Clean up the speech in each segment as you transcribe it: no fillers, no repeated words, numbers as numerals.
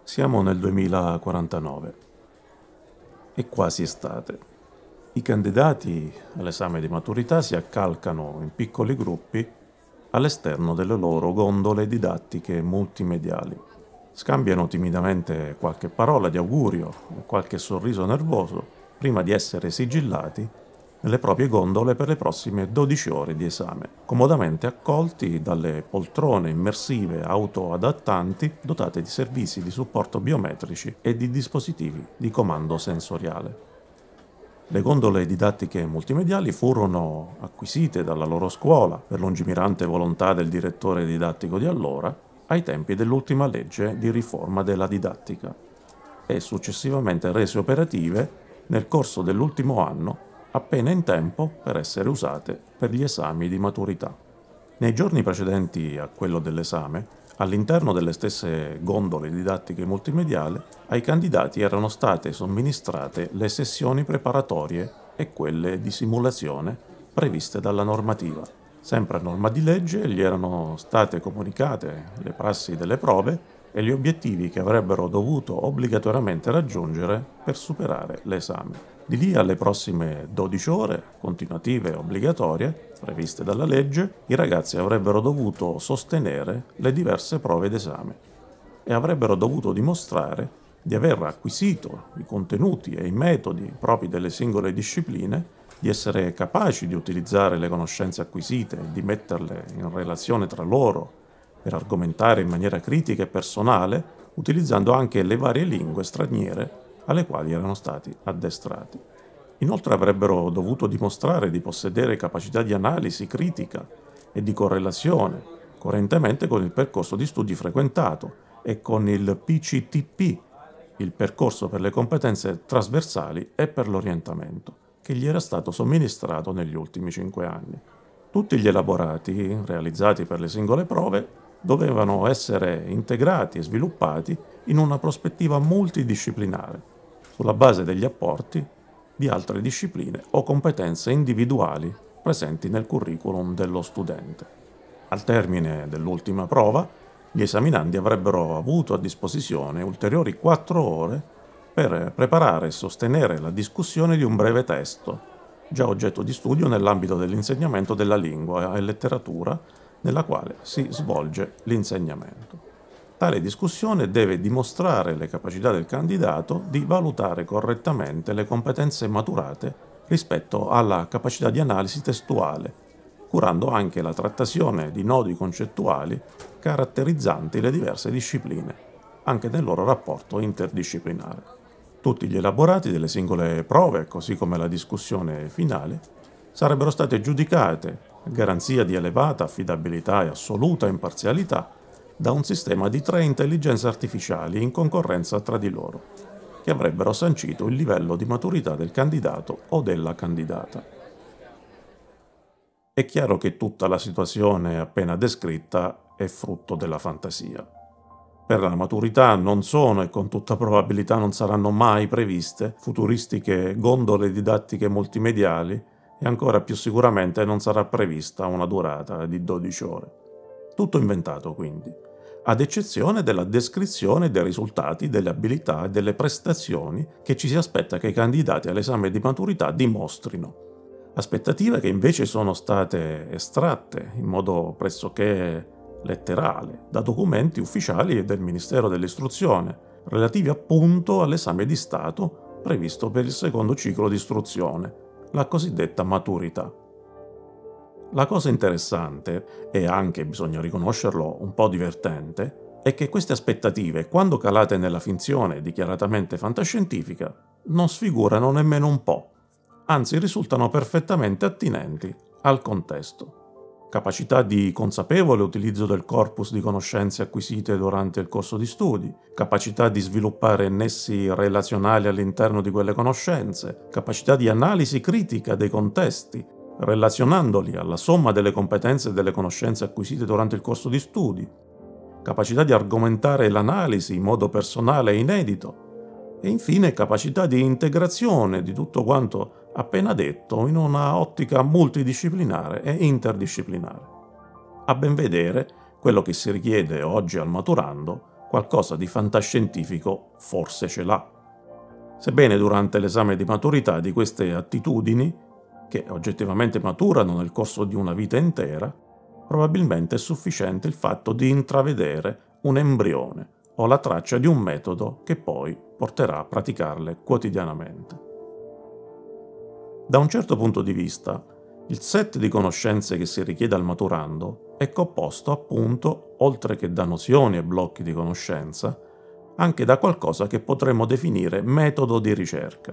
Siamo nel 2049. È quasi estate. I candidati all'esame di maturità si accalcano in piccoli gruppi all'esterno delle loro gondole didattiche multimediali. Scambiano timidamente qualche parola di augurio e qualche sorriso nervoso prima di essere sigillati nelle proprie gondole per le prossime 12 ore di esame, comodamente accolti dalle poltrone immersive autoadattanti dotate di servizi di supporto biometrici e di dispositivi di comando sensoriale. Le gondole didattiche multimediali furono acquisite dalla loro scuola, per lungimirante volontà del direttore didattico di allora, ai tempi dell'ultima legge di riforma della didattica, e successivamente rese operative nel corso dell'ultimo anno, appena in tempo per essere usate per gli esami di maturità. Nei giorni precedenti a quello dell'esame, all'interno delle stesse gondole didattiche multimediali, ai candidati erano state somministrate le sessioni preparatorie e quelle di simulazione previste dalla normativa. Sempre a norma di legge gli erano state comunicate le prassi delle prove e gli obiettivi che avrebbero dovuto obbligatoriamente raggiungere per superare l'esame. Di lì alle prossime 12 ore, continuative e obbligatorie, previste dalla legge, i ragazzi avrebbero dovuto sostenere le diverse prove d'esame e avrebbero dovuto dimostrare di aver acquisito i contenuti e i metodi propri delle singole discipline, di essere capaci di utilizzare le conoscenze acquisite e di metterle in relazione tra loro per argomentare in maniera critica e personale, utilizzando anche le varie lingue straniere alle quali erano stati addestrati. Inoltre avrebbero dovuto dimostrare di possedere capacità di analisi critica e di correlazione, coerentemente con il percorso di studi frequentato e con il PCTP, il percorso per le competenze trasversali e per l'orientamento, che gli era stato somministrato negli ultimi 5 anni. Tutti gli elaborati realizzati per le singole prove dovevano essere integrati e sviluppati in una prospettiva multidisciplinare, sulla base degli apporti di altre discipline o competenze individuali presenti nel curriculum dello studente. Al termine dell'ultima prova, gli esaminandi avrebbero avuto a disposizione ulteriori 4 ore per preparare e sostenere la discussione di un breve testo, già oggetto di studio nell'ambito dell'insegnamento della lingua e letteratura, nella quale si svolge l'insegnamento. Tale discussione deve dimostrare le capacità del candidato di valutare correttamente le competenze maturate rispetto alla capacità di analisi testuale, curando anche la trattazione di nodi concettuali caratterizzanti le diverse discipline, anche nel loro rapporto interdisciplinare. Tutti gli elaborati delle singole prove, così come la discussione finale, sarebbero state giudicate, a garanzia di elevata affidabilità e assoluta imparzialità, da un sistema di 3 intelligenze artificiali in concorrenza tra di loro, che avrebbero sancito il livello di maturità del candidato o della candidata. È chiaro che tutta la situazione appena descritta è frutto della fantasia. Per la maturità non sono e con tutta probabilità non saranno mai previste futuristiche gondole didattiche multimediali e ancora più sicuramente non sarà prevista una durata di 12 ore. Tutto inventato quindi, ad eccezione della descrizione dei risultati, delle abilità e delle prestazioni che ci si aspetta che i candidati all'esame di maturità dimostrino. Aspettative che invece sono state estratte in modo pressoché letterale da documenti ufficiali del Ministero dell'Istruzione, relativi appunto all'esame di Stato previsto per il secondo ciclo di istruzione, la cosiddetta maturità. La cosa interessante, e anche, bisogna riconoscerlo, un po' divertente, è che queste aspettative, quando calate nella finzione dichiaratamente fantascientifica, non sfigurano nemmeno un po', anzi risultano perfettamente attinenti al contesto. Capacità di consapevole utilizzo del corpus di conoscenze acquisite durante il corso di studi, capacità di sviluppare nessi relazionali all'interno di quelle conoscenze, capacità di analisi critica dei contesti, relazionandoli alla somma delle competenze e delle conoscenze acquisite durante il corso di studi, capacità di argomentare l'analisi in modo personale e inedito, e infine capacità di integrazione di tutto quanto appena detto in una ottica multidisciplinare e interdisciplinare. A ben vedere, quello che si richiede oggi al maturando qualcosa di fantascientifico forse ce l'ha. Sebbene durante l'esame di maturità di queste attitudini, che oggettivamente maturano nel corso di una vita intera, probabilmente è sufficiente il fatto di intravedere un embrione o la traccia di un metodo che poi porterà a praticarle quotidianamente. Da un certo punto di vista, il set di conoscenze che si richiede al maturando è composto appunto, oltre che da nozioni e blocchi di conoscenza, anche da qualcosa che potremmo definire metodo di ricerca,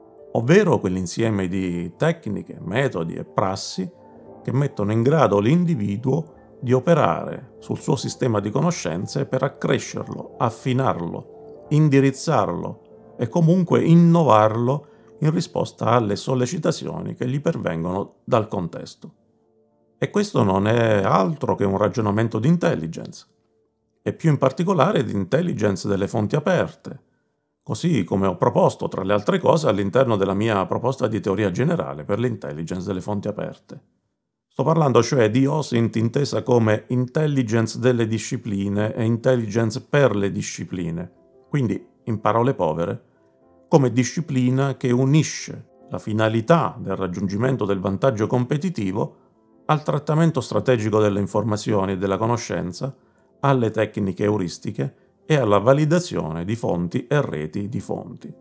ovvero quell'insieme di tecniche, metodi e prassi che mettono in grado l'individuo di operare sul suo sistema di conoscenze per accrescerlo, affinarlo, indirizzarlo e comunque innovarlo in risposta alle sollecitazioni che gli pervengono dal contesto. E questo non è altro che un ragionamento di intelligence, e più in particolare di intelligence delle fonti aperte, così come ho proposto tra le altre cose all'interno della mia proposta di teoria generale per l'intelligence delle fonti aperte. Sto parlando cioè di OSINT intesa come intelligence delle discipline e intelligence per le discipline, quindi, in parole povere, come disciplina che unisce la finalità del raggiungimento del vantaggio competitivo al trattamento strategico delle informazioni e della conoscenza, alle tecniche euristiche e alla validazione di fonti e reti di fonti.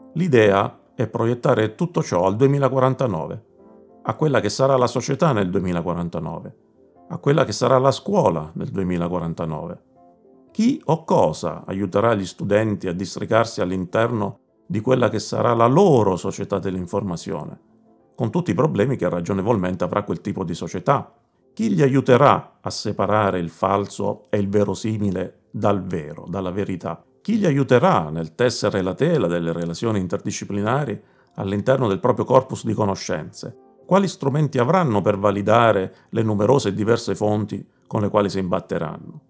L'idea è proiettare tutto ciò al 2049, a quella che sarà la società nel 2049, a quella che sarà la scuola nel 2049. Chi o cosa aiuterà gli studenti a districarsi all'interno di quella che sarà la loro società dell'informazione, con tutti i problemi che ragionevolmente avrà quel tipo di società? Chi li aiuterà a separare il falso e il verosimile dal vero, dalla verità? Chi li aiuterà nel tessere la tela delle relazioni interdisciplinari all'interno del proprio corpus di conoscenze? Quali strumenti avranno per validare le numerose e diverse fonti con le quali si imbatteranno?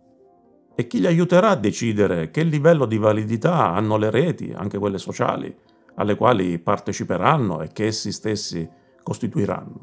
E chi li aiuterà a decidere che livello di validità hanno le reti, anche quelle sociali, alle quali parteciperanno e che essi stessi costituiranno?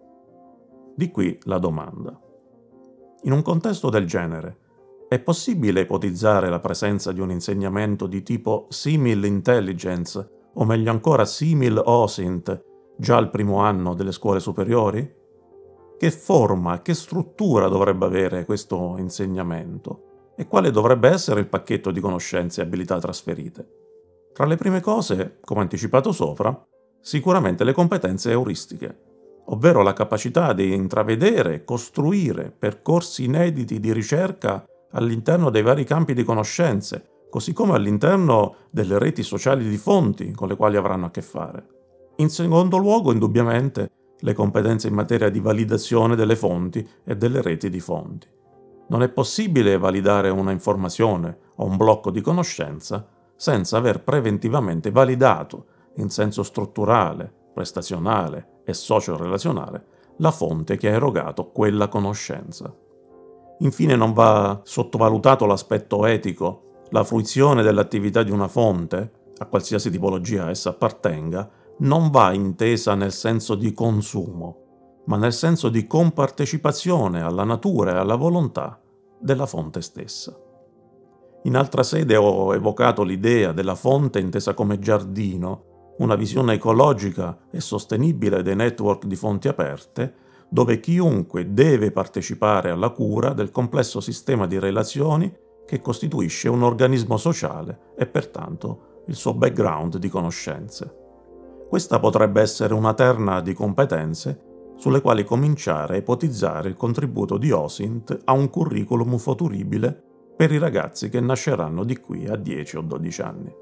Di qui la domanda. In un contesto del genere, è possibile ipotizzare la presenza di un insegnamento di tipo simil intelligence, o meglio ancora simil OSINT, già al primo anno delle scuole superiori? Che forma, che struttura dovrebbe avere questo insegnamento? E quale dovrebbe essere il pacchetto di conoscenze e abilità trasferite? Tra le prime cose, come anticipato sopra, sicuramente le competenze euristiche, ovvero la capacità di intravedere e costruire percorsi inediti di ricerca all'interno dei vari campi di conoscenze, così come all'interno delle reti sociali di fonti con le quali avranno a che fare. In secondo luogo, indubbiamente, le competenze in materia di validazione delle fonti e delle reti di fonti. Non è possibile validare una informazione o un blocco di conoscenza senza aver preventivamente validato, in senso strutturale, prestazionale e socio-relazionale, la fonte che ha erogato quella conoscenza. Infine non va sottovalutato l'aspetto etico. La fruizione dell'attività di una fonte, a qualsiasi tipologia essa appartenga, non va intesa nel senso di consumo, ma nel senso di compartecipazione alla natura e alla volontà della fonte stessa. In altra sede ho evocato l'idea della fonte intesa come giardino, una visione ecologica e sostenibile dei network di fonti aperte, dove chiunque deve partecipare alla cura del complesso sistema di relazioni che costituisce un organismo sociale e pertanto il suo background di conoscenze. Questa potrebbe essere una terna di competenze sulle quali cominciare a ipotizzare il contributo di OSINT a un curriculum futuribile per i ragazzi che nasceranno di qui a 10 o 12 anni.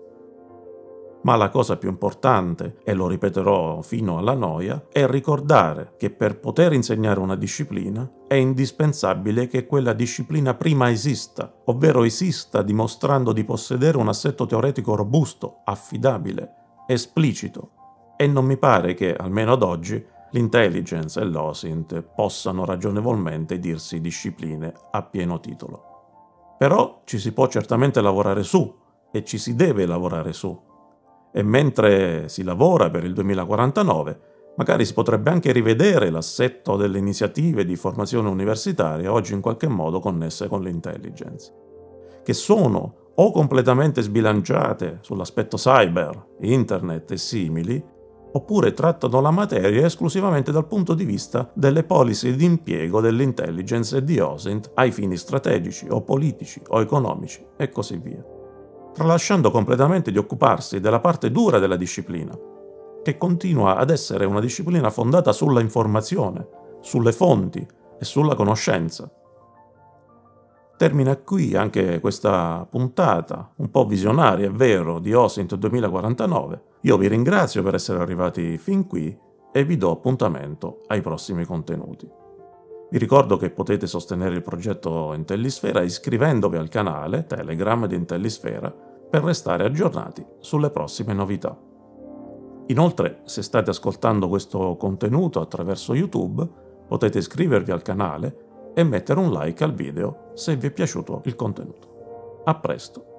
Ma la cosa più importante, e lo ripeterò fino alla noia, è ricordare che per poter insegnare una disciplina è indispensabile che quella disciplina prima esista, ovvero esista dimostrando di possedere un assetto teoretico robusto, affidabile, esplicito. E non mi pare che, almeno ad oggi, l'intelligence e l'OSINT possano ragionevolmente dirsi discipline a pieno titolo. Però ci si può certamente lavorare su, e ci si deve lavorare su. E mentre si lavora per il 2049, magari si potrebbe anche rivedere l'assetto delle iniziative di formazione universitaria oggi in qualche modo connesse con l'intelligence, che sono o completamente sbilanciate sull'aspetto cyber, internet e simili, oppure trattano la materia esclusivamente dal punto di vista delle policy di impiego dell'intelligence e di OSINT ai fini strategici o politici o economici e così via, tralasciando completamente di occuparsi della parte dura della disciplina, che continua ad essere una disciplina fondata sulla informazione, sulle fonti e sulla conoscenza. Termina qui anche questa puntata, un po' visionaria, è vero, di OSINT 2049. Io vi ringrazio per essere arrivati fin qui e vi do appuntamento ai prossimi contenuti. Vi ricordo che potete sostenere il progetto Intellisfera iscrivendovi al canale Telegram di Intellisfera per restare aggiornati sulle prossime novità. Inoltre, se state ascoltando questo contenuto attraverso YouTube, potete iscrivervi al canale e mettere un like al video se vi è piaciuto il contenuto. A presto!